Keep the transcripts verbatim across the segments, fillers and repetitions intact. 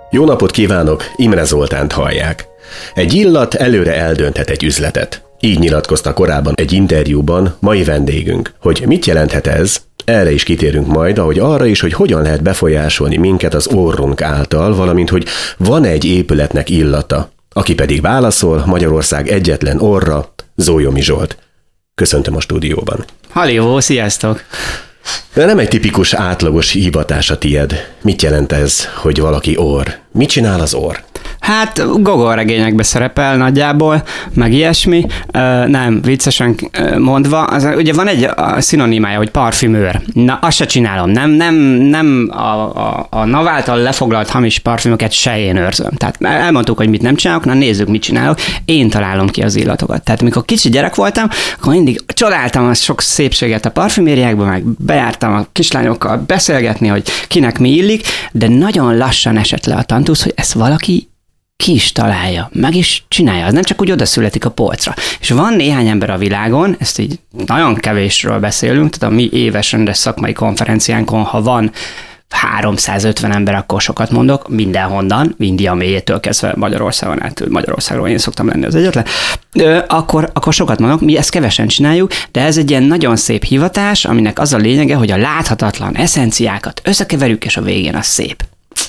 Jó napot kívánok, Imre Zoltánt hallják. Egy illat előre eldönthet egy üzletet. Így nyilatkozta korábban egy interjúban mai vendégünk. Hogy mit jelenthet ez, erre is kitérünk majd, ahogy arra is, hogy hogyan lehet befolyásolni minket az orrunk által, valamint hogy van egy épületnek illata. Aki pedig válaszol, Magyarország egyetlen orra, Zólyomi Zsolt. Köszöntöm a stúdióban. Halló, sziasztok! De nem egy tipikus átlagos hivatás a tied. Mit jelent ez, hogy valaki orr? Mit csinál az orr? Hát gogolregényekbe szerepel nagyjából, meg ilyesmi. Ö, nem, viccesen mondva. Az, ugye van egy szinonimája, hogy parfümőr. Na, azt se csinálom. Nem, nem, nem a, a, a NAV által lefoglalt hamis parfümöket se én őrzöm. Tehát elmondtuk, hogy mit nem csinálok, na nézzük, mit csinálok. Én találom ki az illatokat. Tehát mikor kicsi gyerek voltam, akkor mindig csodáltam a sok szépséget a parfümériákban, meg bejártam a kislányokkal beszélgetni, hogy kinek mi illik, de nagyon lassan esett le a tantusz, hogy ezt valaki ki is találja, meg is csinálja, az nem csak úgy odaszületik a polcra. És van néhány ember a világon, ezt így nagyon kevésről beszélünk, tehát a mi éves rendes szakmai konferenciánkon, ha van háromszázötven ember, akkor sokat mondok, mindenhonnan, India mélyétől kezdve Magyarországon át, Magyarországról én szoktam lenni az egyetlen, akkor, akkor sokat mondok, mi ezt kevesen csináljuk, de ez egy ilyen nagyon szép hivatás, aminek az a lényege, hogy a láthatatlan eszenciákat összekeverjük, és a végén az szép.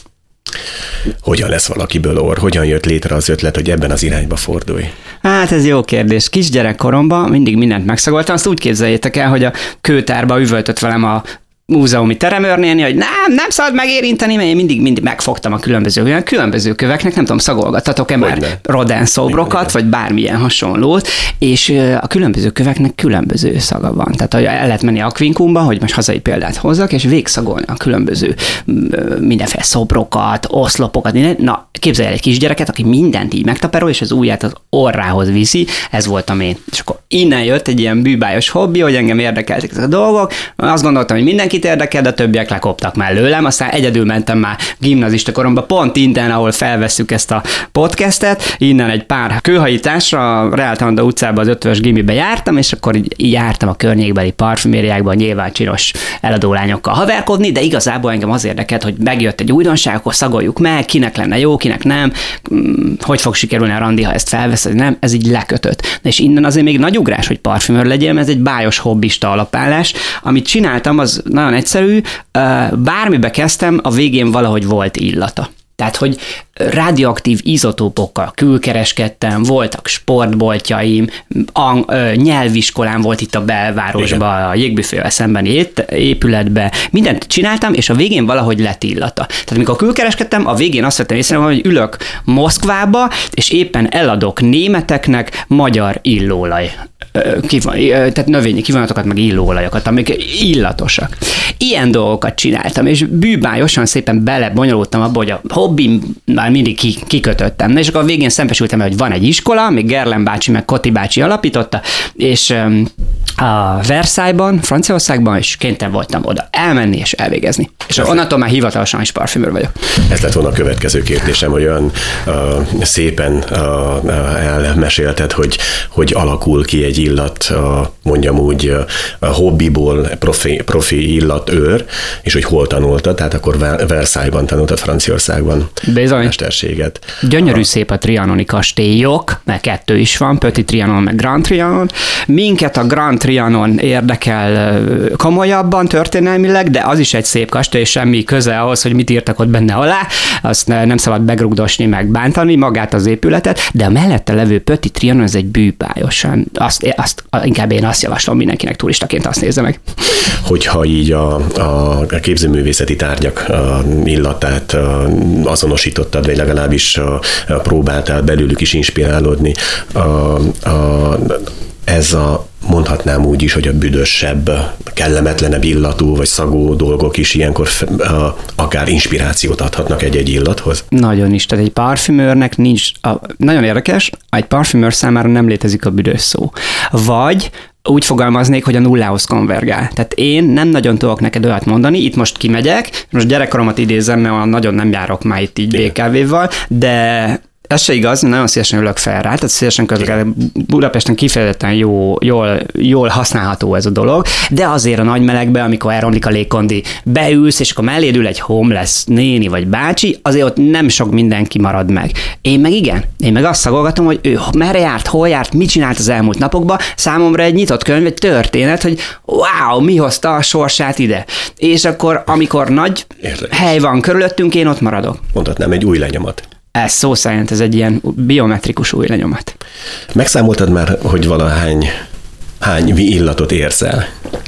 Hogyan lesz valakiből orr? Hogyan jött létre az ötlet, hogy ebben az irányba fordulj? Hát ez jó kérdés. Kisgyerekkoromban mindig mindent megszagoltam. Azt úgy képzeljétek el, hogy a kőtárba üvöltött velem a múzeumi teremőrnéni, hogy nem, nem szabad megérinteni, mert én mindig, mindig megfogtam a különböző, különböző köveknek, nem tudom, szagolgattatok-e már Rodin szobrokat, vagy bármilyen hasonlót, és a különböző köveknek különböző szaga van. Tehát el lehet menni Aquincumba, hogy most hazai példát hozzak, és végszagolni a különböző mindenféle szobrokat, oszlopokat, minden. Na, képzelj el egy kisgyereket, aki mindent így megtaperol, és az ujját az orrához viszi, ez voltam én. És akkor innen jött egy ilyen bűbájos hobbi, hogy engem érdekeltek ezek a dolgok, azt gondoltam, hogy mindenki érdekel, de a többiek lekoptak mellőlem, aztán egyedül mentem már gimnazista koromban, pont innen, ahol felvesszük ezt a podcastet, innen egy pár kőhajításra, a Reál Tanda utcában az ötvös gimibe jártam, és akkor így, így jártam a környékbeli parfümériákban, nyilván csinos eladólányokkal haverkodni, de igazából engem az érdekelt, hogy megjött egy újdonság, akkor szagoljuk meg, kinek lenne jó, kinek nem, hogy fog sikerülni a randi, ha ezt felveszed, nem, ez így lekötött. És innen azért még nagy ugrás, hogy parfümőr legyél, mert ez egy bájos hobbista alapállás. Amit csináltam, az nagyon egyszerű, bármibe kezdtem, a végén valahogy volt illata. Tehát, hogy radioaktív izotópokkal külkereskedtem, voltak sportboltjaim, a, ö, nyelviskolám volt itt a belvárosban, igen, a jégbüfével szembeni épületben, mindent csináltam, és a végén valahogy lett illata. Tehát amikor külkereskedtem, a végén azt vettem észre, hogy ülök Moszkvába, és éppen eladok németeknek magyar illóolaj. Kivon, tehát növényi kivonatokat, meg illóolajokat, amik illatosak. Ilyen dolgokat csináltam, és bűbályosan szépen belebonyolultam abba, hogy a hobbim már mindig kikötöttem. És akkor a végén szembesültem, hogy van egy iskola, még Gerlen bácsi, meg Koti bácsi alapította, és a Versailles-ban, Franciaországban, és kénytelen voltam oda elmenni és elvégezni. És ez onnantól már hivatalosan is parfümőr vagyok. Ez lett volna a következő kérdésem, hogy olyan uh, szépen uh, elmesélted, hogy, hogy alakul ki egy illat, uh, mondjam úgy, uh, hobbiból profi, profi illatőr, és hogy hol tanultad, tehát akkor Versailles-ban tanultad, Franciaországban. Bizony. Mesterséget. Gyönyörű szép a trianoni kastélyok, mert kettő is van, Petit Trianon, meg Grand Trianon. Minket a Grand Trianon érdekel komolyabban történelmileg, de az is egy szép kastély, és semmi köze ahhoz, hogy mit írtak ott benne alá, azt nem szabad begrugdosni, meg bántani magát az épületet, de a mellette levő Petit Trianon ez egy bűbályosan. Azt, azt, inkább én azt javaslom mindenkinek, turistaként azt nézze meg. Hogyha így a, a képzőművészeti tárgyak a illatát azonosítottad, vagy legalábbis próbáltál belőlük is inspirálódni, a, a, ez a mondhatnám úgy is, hogy a büdösebb, kellemetlenebb illatú vagy szagú dolgok is ilyenkor akár inspirációt adhatnak egy-egy illathoz? Nagyon is. Tehát egy parfümőrnek nincs, a, nagyon érdekes, egy parfümőr számára nem létezik a büdös szó. Vagy úgy fogalmaznék, hogy a nullához konvergál. Tehát én nem nagyon tudok neked olyat mondani, itt most kimegyek, most gyerekkoromat idézem, mert nagyon nem járok már itt így bé ká vé-val, de Ez se igaz, nagyon szívesen ülök fel rá, tehát szívesen közlekedek. Budapesten kifejezetten jó, jól, jól használható ez a dolog, de azért a nagy melegben, amikor elromlik a légkondi, beülsz, és akkor melléd ül egy homeless néni vagy bácsi, azért ott nem sok mindenki marad meg. Én meg igen, én meg azt szagolgatom, hogy ő merre járt, hol járt, mit csinált az elmúlt napokban, számomra egy nyitott könyv, egy történet, hogy wow, mi hozta a sorsát ide. És akkor, amikor nagy Érdekes. hely van körülöttünk, én ott maradok. Mondhatnám egy új lenyomat. Ez szó szerint ez egy ilyen biometrikus új lenyomat. Megszámoltad már, hogy valahány hány illatot érzel?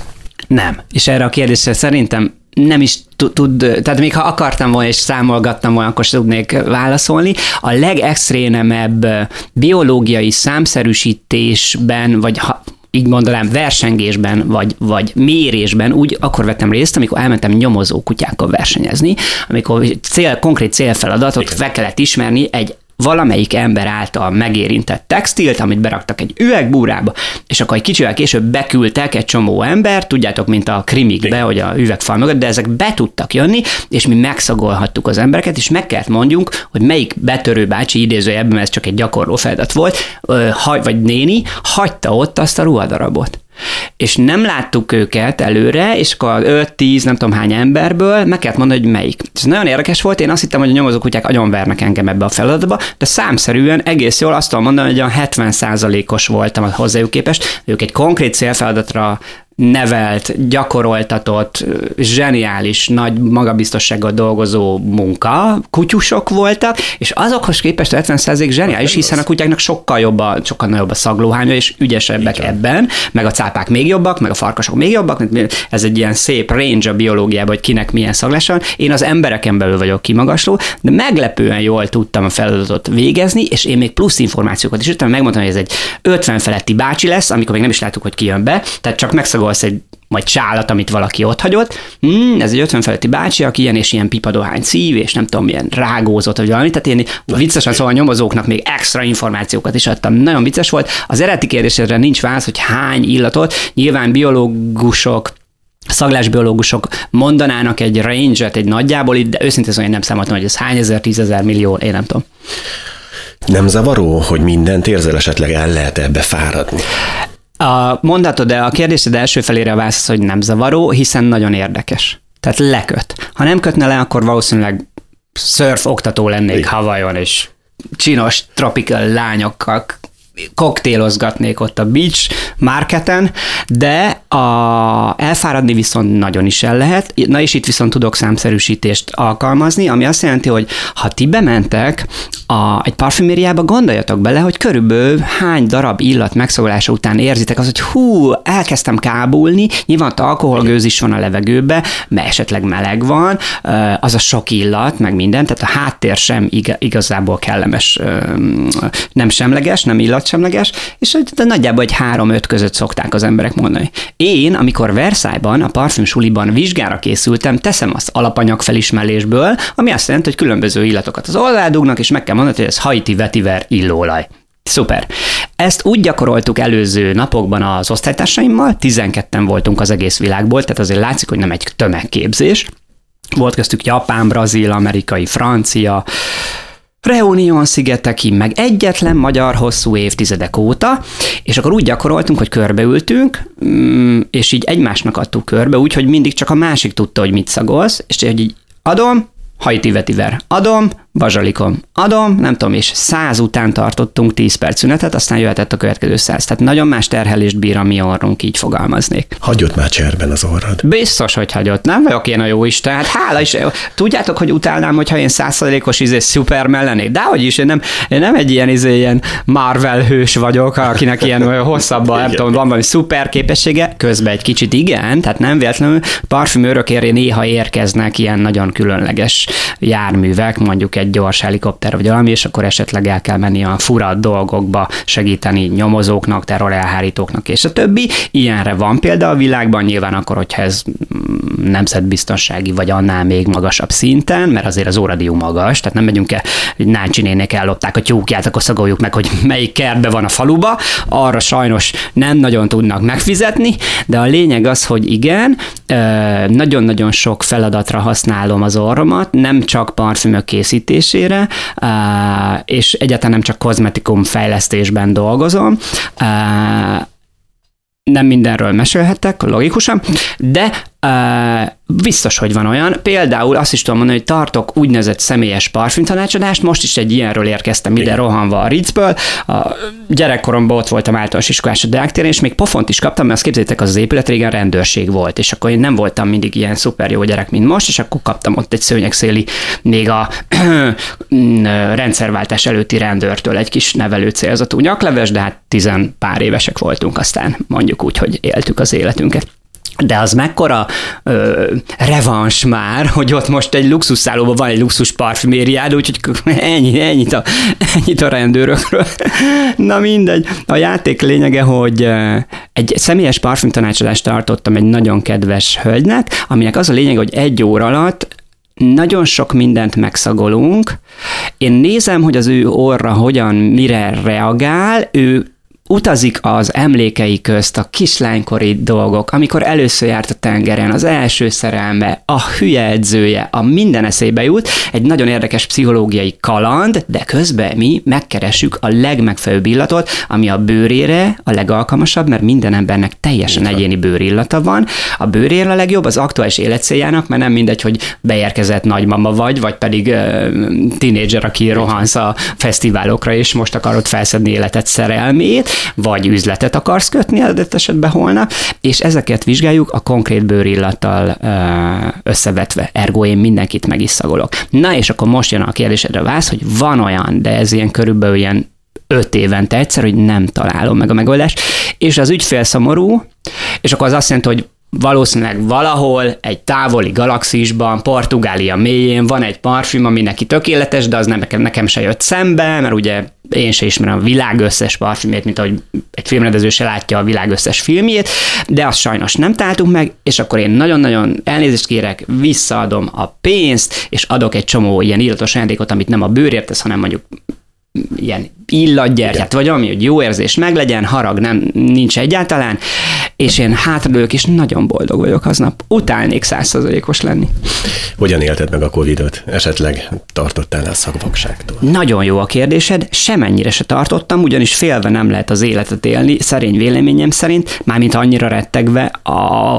Nem. És erre a kérdésre szerintem nem is tud, tehát még ha akartam volna és számolgattam volna, akkor tudnék válaszolni. A legextrémebb biológiai számszerűsítésben, vagy ha így mondanám, versengésben, vagy, vagy mérésben úgy akkor vettem részt, amikor elmentem nyomozó kutyákkal versenyezni, amikor cél, konkrét célfeladatot Igen. fel kellett ismerni egy valamelyik ember által megérintett textilt, amit beraktak egy üvegbúrába, és akkor egy kicsivel később beküldtek egy csomó embert, tudjátok, mint a krimikbe, hogy a üvegfal mögött, de ezek be tudtak jönni, és mi megszagolhattuk az embereket, és meg kellett mondjunk, hogy melyik betörő bácsi, idézőjelben, mert ez csak egy gyakorló feladat volt, vagy néni, hagyta ott azt a ruhadarabot. És nem láttuk őket előre, és akkor öt-tíz, nem tudom hány emberből meg kellett mondani, hogy melyik. Ez nagyon érdekes volt, én azt hittem, hogy a nyomozókutyák agyonvernek engem ebbe a feladatba, de számszerűen egész jól azt tudom mondani, hogy a hetven százalékos voltam hozzájuk képest, ők egy konkrét célfeladatra nevelt, gyakoroltatott, zseniális, nagy magabiztossággal dolgozó munka, kutyusok voltak, és azokhoz képest a hetven százalék zseniális, hiszen a kutyáknak sokkal jobb a, sokkal nagyobb a szaglóhánya, és ügyesebbek Igen. ebben, meg a cápák még jobbak, meg a farkasok még jobbak, ez egy ilyen szép range a biológiában, hogy kinek milyen szaglása van. Én az embereken belül vagyok kimagasló, de meglepően jól tudtam a feladatot végezni, és én még plusz információkat is jöttem, megmondtam, hogy ez egy ötven feletti bácsi lesz, amikor még nem is láttuk, hogy ki jön be, tehát csak megszagolsz egy majd csálat, amit valaki ott hagyott. Hmm, ez egy ötven feletti bácsi, aki ilyen és ilyen pipadohány szív, és nem tudom, milyen rágózott, vagy valami. Tehát én viccesen szóval a nyomozóknak még extra információkat is adtam. Nagyon vicces volt. Az eredeti kérdésre nincs válasz, hogy hány illatot. Nyilván biológusok, szaglásbiológusok mondanának egy range-et, egy nagyjából, de őszintén szóval én nem számoltam, hogy ez hány ezer, tízezer millió, én nem tudom. Nem zavaró, hogy mindent érzel, esetleg el lehet ebbe fáradni? A mondatod, de a kérdésed első felére válasz, hogy nem zavaró, hiszen nagyon érdekes. Tehát leköt. Ha nem kötne le, akkor valószínűleg szörf oktató lennék Igen. Hawaiion, és csinos tropical lányokkal koktélozgatnék ott a beach marketen, de a elfáradni viszont nagyon is el lehet. Na és itt viszont tudok számszerűsítést alkalmazni, ami azt jelenti, hogy ha ti bementek a, egy parfümériába, gondoljatok bele, hogy körülbelül hány darab illat megszagolása után érzitek az, hogy hú, elkezdtem kábulni, nyilván alkoholgőz is van a levegőbe, mert esetleg meleg van, az a sok illat, meg minden, tehát a háttér sem igazából kellemes, nem semleges, nem illat semleges, és de nagyjából egy három-öt között szokták az emberek mondani. Én, amikor Versailles-ban, a parfümsuliban vizsgára készültem, teszem azt alapanyag felismerésből, ami azt jelenti, hogy különböző illatokat az oldalra dugnak, és meg kell mondani, hogy ez Haiti vetiver illóolaj. Szuper. Ezt úgy gyakoroltuk előző napokban az osztálytársaimmal, tizenketten voltunk az egész világból, tehát azért látszik, hogy nem egy tömegképzés. Volt köztük japán, brazil, amerikai, francia, Reunion szigeteki, meg egyetlen magyar hosszú évtizedek óta, és akkor úgy gyakoroltunk, hogy körbeültünk, és így egymásnak adtuk körbe, úgyhogy mindig csak a másik tudta, hogy mit szagolsz, és hogy így adom, Haiti vetiver, adom, bazsalikom, adom, nem tudom, és száz után tartottunk tíz perc szünetet, aztán jöhetett a következő száz. Tehát nagyon más terhelést bír a mi orrunk, így fogalmaznék. Hagyott már cserben az orrad. Biztos, hogy hagyott. Nem vagyok én a jó Isten. Hát hála is. Tudjátok, hogy utálnám, hogyha én százszázalékos izé Superman lennék. De hogy is, én nem, én nem egy ilyen izé, ilyen Marvel hős vagyok, akinek ilyen hosszabban, nem tudom, van valami szuper képessége. Közben egy kicsit igen, tehát nem véletlenül parfümőrökért néha érkeznek ilyen nagyon különleges járművek, mondjuk egy gyors helikopter vagy valami, és akkor esetleg el kell menni a fura dolgokba segíteni nyomozóknak, terrorelhárítóknak és a többi. Ilyenre van példa a világban, nyilván akkor, hogyha ez nemzetbiztonsági vagy annál még magasabb szinten, mert azért az óradiú magas, tehát nem megyünk el, hogy Náncsi nénék ellopták a tyúkját, akkor szagoljuk meg, hogy melyik kertbe van a faluba, arra sajnos nem nagyon tudnak megfizetni, de a lényeg az, hogy igen, nagyon-nagyon sok feladatra használom az orromat, nem csak parfümök készítésére, és egyáltalán nem csak kozmetikum fejlesztésben dolgozom, nem mindenről mesélhettek, logikusan, de uh, biztos, hogy van olyan. Például azt is tudom mondani, hogy tartok úgynevezett személyes parfümtanácsadást, most is egy ilyenről érkeztem ide rohanva a Ritzből. A gyerekkoromban ott voltam általános iskolás a Deák-téren, és még pofont is kaptam, mert azt képzeljétek, az az épület régen rendőrség volt, és akkor én nem voltam mindig ilyen szuper jó gyerek, mint most, és akkor kaptam ott egy szőnyegszéli, még a rendszerváltás előtti rendőrtől egy kis nevelő célzatú nyakleves, de hát tizen pár évesek voltunk, aztán mondjuk úgy, hogy éltük az életünket. De az mekkora ö, revans már, hogy ott most egy luxusszállóban van egy luxus parfümériád, úgyhogy ennyi, ennyit, a, ennyit a rendőrökről. Na mindegy. A játék lényege, hogy egy személyes parfümtanácsadást tartottam egy nagyon kedves hölgynek, aminek az a lényeg, hogy egy óra alatt nagyon sok mindent megszagolunk. Én nézem, hogy az ő orra hogyan, mire reagál, ő utazik az emlékei közt, a kislánykori dolgok, amikor először járt a tengeren, az első szerelme, a hülye edzője, a minden eszébe jut, egy nagyon érdekes pszichológiai kaland, de közben mi megkeressük a legmegfelelőbb illatot, ami a bőrére a legalkalmasabb, mert minden embernek teljesen egyéni bőrillata van. A bőrére a legjobb az aktuális életcéljának, mert nem mindegy, hogy beérkezett nagymama vagy, vagy pedig uh, tínédzser, aki rohansz a fesztiválokra, és most akarod felszedni életet, szerelmét, vagy üzletet akarsz kötni adott esetben holnap, és ezeket vizsgáljuk a konkrét bőrillattal összevetve. Ergo én mindenkit meg is szagolok. Na, és akkor most jön a kérdésedre válasz, hogy van olyan, de ez ilyen körülbelül ilyen öt évente egyszer, hogy nem találom meg a megoldást, és az ügyfél szomorú, és akkor az azt jelenti, hogy valószínűleg valahol egy távoli galaxisban, Portugália mélyén van egy parfüm, ami neki tökéletes, de az nem, nekem, nekem se jött szembe, mert ugye én se ismerem a világ összes parfümét, mint ahogy egy filmrendező se látja a világ összes filmjét, de azt sajnos nem találtunk meg, és akkor én nagyon-nagyon elnézést kérek, visszaadom a pénzt, és adok egy csomó ilyen illatos ajándékot, amit nem a bőrért tesz, hanem mondjuk ilyen illatgyertyát, vagy ami, hogy jó érzés meglegyen, harag nem, nincs egyáltalán, és én hátradőlök, és nagyon boldog vagyok aznap. Utálnék száz százalékos lenni. Hogyan élted meg a Covidot? Esetleg tartottál a szakvakságtól? Nagyon jó a kérdésed, semennyire se tartottam, ugyanis félve nem lehet az életet élni, szerény véleményem szerint, mármint annyira rettegve, a...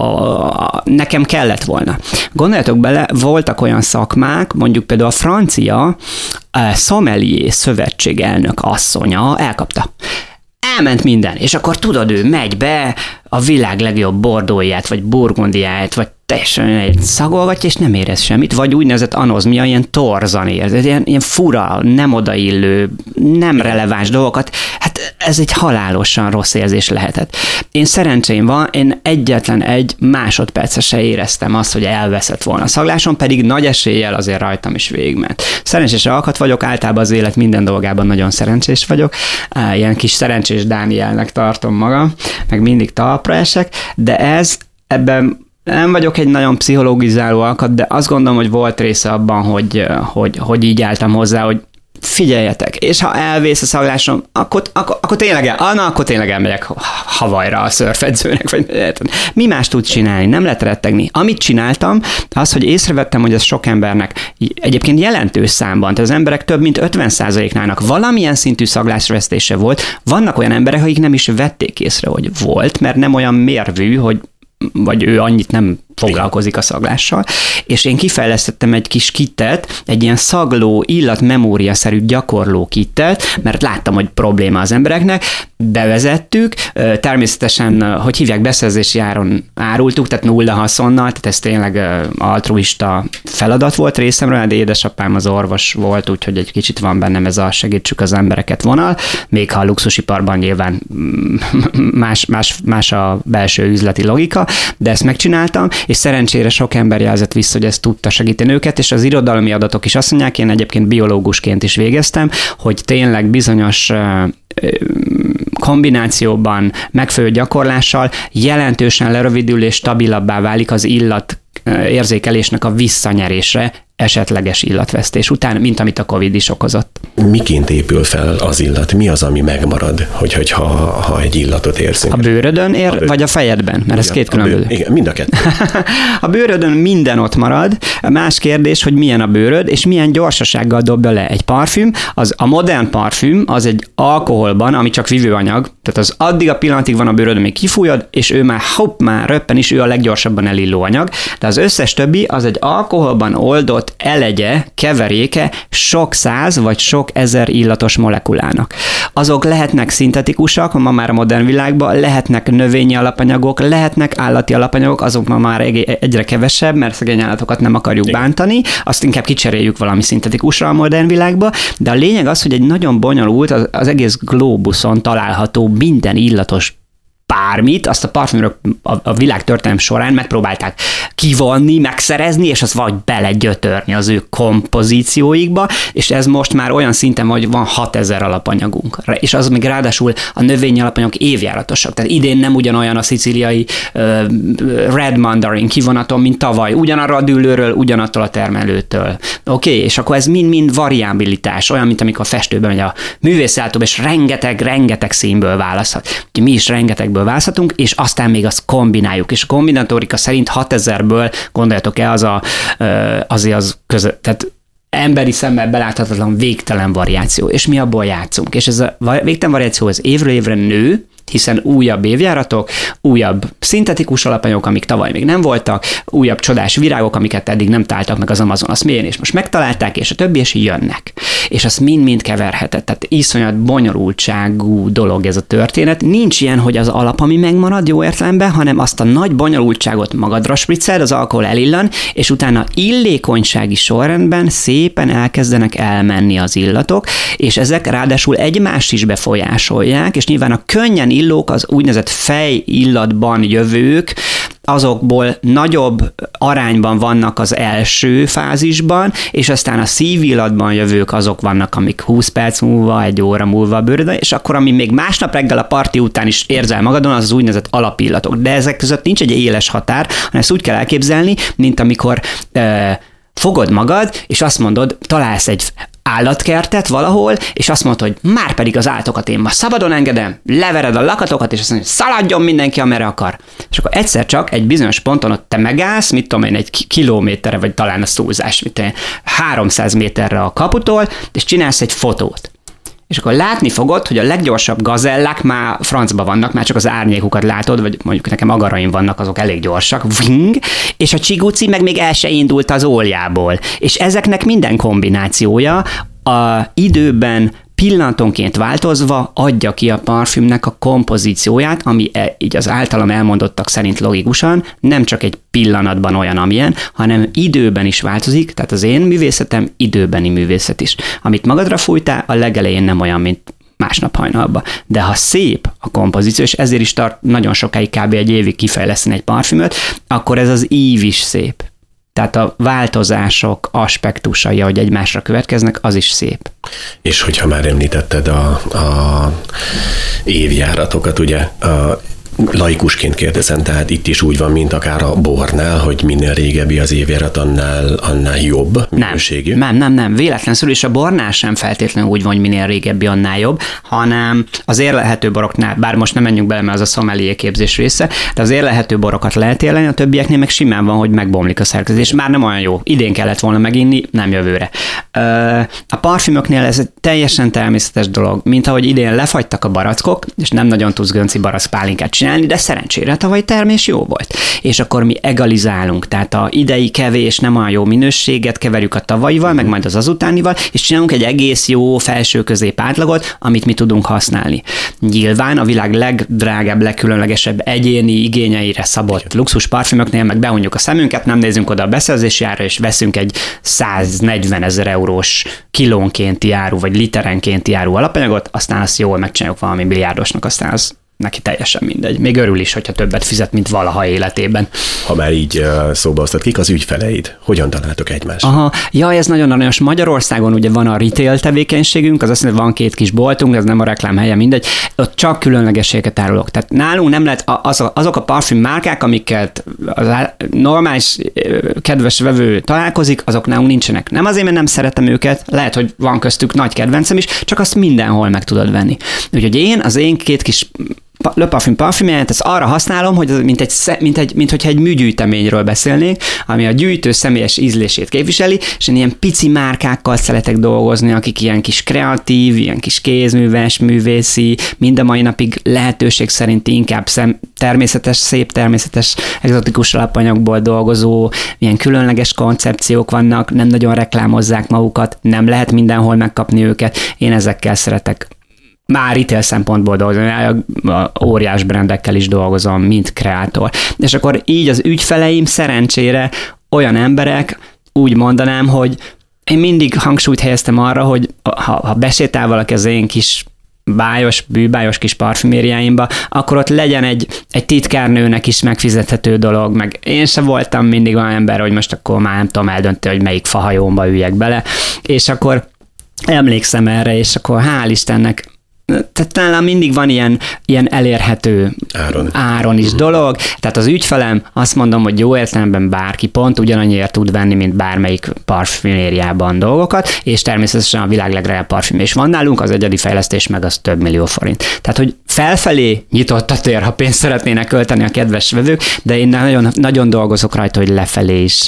nekem kellett volna. Gondoljatok bele, voltak olyan szakmák, mondjuk például a francia a sommelier szövetség elnök asszonya elkapta. Elment minden, és akkor tudod, ő megy be a világ legjobb bordóját, vagy burgundiáját, vagy teljesen egy szagolgatja, és nem érez semmit, vagy úgynevezett anozmia, ilyen torzan érz, ilyen, ilyen fura, nem odaillő, nem releváns dolgokat, hát ez egy halálosan rossz érzés lehetett. Én szerencsém van, én egyetlen egy másodpercre se éreztem azt, hogy elveszett volna a szaglásom, pedig nagy eséllyel azért rajtam is végigment. Szerencsés alkat vagyok, általában az élet minden dolgában nagyon szerencsés vagyok, ilyen kis szerencsés Dánielnek tartom magam, meg mindig talpra esek, de ez ebben nem vagyok egy nagyon pszichológizáló alkat, de azt gondolom, hogy volt része abban, hogy, hogy, hogy így álltam hozzá, hogy figyeljetek, és ha elvész a szaglásom, akkor, akkor, akkor tényleg el, na, akkor tényleg elmegyek Havajra a szörfedzőnek, vagy mi más tud csinálni, nem lehet rettegni. Amit csináltam, az, hogy észrevettem, hogy ez sok embernek egyébként jelentős számban, tehát az emberek több mint ötven százaléknának valamilyen szintű szaglásvesztése volt, vannak olyan emberek, akik nem is vették észre, hogy volt, mert nem olyan mérvű, hogy vagy ő annyit nem foglalkozik a szaglással, és én kifejlesztettem egy kis kittet, egy ilyen szagló, illatmemória-szerű gyakorló kittet, mert láttam, hogy probléma az embereknek, bevezettük, természetesen, hogy hívják, beszerzési áron árultuk, tehát nulla haszonnal, tehát ez tényleg altruista feladat volt részemről, de édesapám az orvos volt, úgyhogy egy kicsit van bennem ez a segítsük az embereket vonal, még ha a luxusiparban nyilván más, más, más a belső üzleti logika, de ezt megcsináltam, és szerencsére sok ember jelzett vissza, hogy ez tudta segíteni őket, és az irodalmi adatok is azt mondják, én egyébként biológusként is végeztem, hogy tényleg bizonyos kombinációban, megfelelő gyakorlással jelentősen lerövidül és stabilabbá válik az illat érzékelésnek a visszanyerésre esetleges illatvesztés után, mint amit a Covid is okozott. Miként épül fel az illat? Mi az, ami megmarad, hogy, hogy ha, ha egy illatot érzünk? A bőrödön ér, a bőr... vagy a fejedben? Mert ez két különböző. Igen, mind a kettő. A bőrödön minden ott marad. Más kérdés, hogy milyen a bőröd, és milyen gyorsasággal dobja le egy parfüm. Az, a modern parfüm az egy alkoholban, ami csak vívőanyag, tehát az addig a pillanatig van a bőrödön, még kifújod, és ő már hopp, már röppen is, ő a leggyorsabban elilló anyag, de az összes többi az egy alkoholban oldott elegye, keveréke sok száz vagy sok ezer illatos molekulának. Azok lehetnek szintetikusak, ma már a modern világban, lehetnek növényi alapanyagok, lehetnek állati alapanyagok, azok ma már egyre kevesebb, mert szegény állatokat nem akarjuk Igen. bántani, azt inkább kicseréljük valami szintetikusra a modern világba, de a lényeg az, hogy egy nagyon bonyolult, az, az egész glóbuszon található minden illatos bármit, azt a parfümörök a, a világ történelem során megpróbálták kivonni, megszerezni, és azt vagy belegyötörni az ő kompozícióikba, és ez most már olyan szinten, hogy van hatezer alapanyagunk. És az még ráadásul a növényi alapanyagok évjáratosak. Tehát idén nem ugyanolyan a szicíliai uh, Red Mandarin kivonaton, mint tavaly. Ugyanarra a dűlőről, ugyanattól a termelőtől. Oké, okay, és akkor ez mind-mind variabilitás, olyan, mint amikor a festőben megy a művészlátóba, és rengeteg-rengeteg színből választhat. Mi is rengetegből választhatunk, és aztán még azt kombináljuk. És a kombinatorika szerint hatezerből, gondoljatok el, az a, azért az között, tehát emberi szemmel beláthatatlan végtelen variáció. És mi abból játszunk. És ez a végtelen variáció az évről évre nő, hiszen újabb évjáratok, újabb szintetikus alapanyagok, amik tavaly még nem voltak, újabb csodás virágok, amiket eddig nem találtak meg az Amazon, azt mélyen, és most megtalálták, és a többi, és jönnek. És azt mind-mind keverhetett. Tehát iszonyat bonyolultságú dolog ez a történet. Nincs ilyen, hogy az alap, ami megmarad jó értelemben, hanem azt a nagy bonyolultságot magadra spriccel, az alkohol elillan, és utána illékonysági sorrendben szépen elkezdenek elmenni az illatok, és ezek ráadásul egymást is befolyásolják, és nyilván a könnyen illók, az úgynevezett fejillatban jövők, azokból nagyobb arányban vannak az első fázisban, és aztán a szívillatban jövők azok vannak, amik húsz perc múlva, egy óra múlva a bőrödön, és akkor, ami még másnap reggel a parti után is érzel magadon, az az úgynevezett alapillatok. De ezek között nincs egy éles határ, hanem ezt úgy kell elképzelni, mint amikor e, fogod magad, és azt mondod, találsz egy állatkertet valahol, és azt mondod, hogy már pedig az állatokat én ma szabadon engedem, levered a lakatokat, és azt mondod, hogy szaladjon mindenki, amerre akar. És akkor egyszer csak egy bizonyos ponton ott te megállsz, mit tudom én, egy kilométerre, vagy talán a túlzás, mit tudom én, háromszáz méterre a kaputól, és csinálsz egy fotót. És akkor látni fogod, hogy a leggyorsabb gazellák már francba vannak, már csak az árnyékukat látod, vagy mondjuk nekem agaraim vannak, azok elég gyorsak, ving, és a csigúci meg még el se indult az óljából. És ezeknek minden kombinációja a időben pillanatonként változva adja ki a parfümnek a kompozícióját, ami így az általam elmondottak szerint logikusan nem csak egy pillanatban olyan, amilyen, hanem időben is változik, tehát az én művészetem időbeni művészet is. Amit magadra fújtál, a legelején nem olyan, mint másnap hajnalban. De ha szép a kompozíció, és ezért is tart nagyon sokáig, kb. Egy évig kifejleszteni egy parfümöt, akkor ez az ív is szép. Tehát a változások aspektusai, ahogy egymásra következnek, az is szép. És hogyha már említetted a, a évjáratokat, ugye, a laikusként kérdezem, tehát itt is úgy van, mint akár a bornál, hogy minél régebbi az évjárat, annál, annál jobb minőségű. Nem, nem, nem, véletlenül, és a bornál sem feltétlenül úgy van, hogy minél régebbi, annál jobb, hanem az érlelhető boroknál, bár most nem menjünk bele, mert az a sommelier képzés része, de az érlelhető borokat lehet érlelni, a többieknél meg simán van, hogy megbomlik a szerkezés. Már nem olyan jó. Idén kellett volna meginni, nem jövőre. A parfümöknél ez egy teljesen természetes dolog, mint ahogy idén lefagytak a barackok, és nem nagyon tudsz gönci barackpálinkát csinálni, de szerencsére a tavalyi termés jó volt. És akkor mi egalizálunk, tehát a idei kevés, nem olyan jó minőséget keverjük a tavalyival, meg majd az azutánival, és csinálunk egy egész jó felső-közép átlagot, amit mi tudunk használni. Nyilván a világ legdrágább, legkülönlegesebb egyéni igényeire szabott luxus parfümöknél meg behunjuk a szemünket, nem nézünk oda a beszerzési ára, és veszünk egy száznegyven ezer eurós kilónkénti áru, vagy literenkénti áru alapanyagot, aztán azt jól megcsináljuk valami milliárdosnak, aztán az neki teljesen mindegy. Még örül is, hogyha többet fizet, mint valaha életében. Ha már így szóba hoztad, kik az ügyfeleid? Hogyan találtok egymást? Aha, ja, ez nagyon aranyos. Magyarországon ugye van a retail tevékenységünk, az azt mondja, hogy van két kis boltunk, ez nem a reklám helye, mindegy. Ott csak különlegességet árulok. Tehát nálunk nem lehet az, azok a parfüm márkák, amiket az normális kedves vevő találkozik, azok nálunk nincsenek. Nem azért, mert nem szeretem őket, lehet, hogy van köztük nagy kedvencem is, csak azt mindenhol meg tudod venni. Úgyhogy én, az én két kis Le Parfum parfümját, ezt arra használom, hogy ez mint, egy, mint, egy, mint hogyha egy műgyűjteményről beszélnék, ami a gyűjtő személyes ízlését képviseli, és én ilyen pici márkákkal szeretek dolgozni, akik ilyen kis kreatív, ilyen kis kézműves, művészi, mind a mai napig lehetőség szerint inkább szem, természetes, szép természetes, egzotikus alapanyagból dolgozó, ilyen különleges koncepciók vannak, nem nagyon reklámozzák magukat, nem lehet mindenhol megkapni őket, én ezekkel szeretek már retail szempontból dolgozom, óriás brandekkel is dolgozom, mint kreátor. És akkor így az ügyfeleim szerencsére olyan emberek, úgy mondanám, hogy én mindig hangsúlyt helyeztem arra, hogy ha, ha besétál valaki az én kis bájos, bűbájos kis parfümériáimba, akkor ott legyen egy, egy titkárnőnek is megfizethető dolog, meg én se voltam mindig olyan ember, hogy most akkor már nem tudom eldönteni, hogy melyik fahajómba üljek bele, és akkor emlékszem erre, és akkor hál' Istennek tehát nálam mindig van ilyen, ilyen elérhető áron. áron is dolog, tehát az ügyfelem azt mondom, hogy jó értelemben bárki pont ugyanannyiért tud venni, mint bármelyik parfümériában dolgokat, és természetesen a világ legdrágább parfüm is van nálunk, az egyedi fejlesztés meg az több millió forint. Tehát, hogy felfelé nyitott a tér, ha pénzt szeretnének költeni a kedves vevők, de én nagyon, nagyon dolgozok rajta, hogy lefelé is,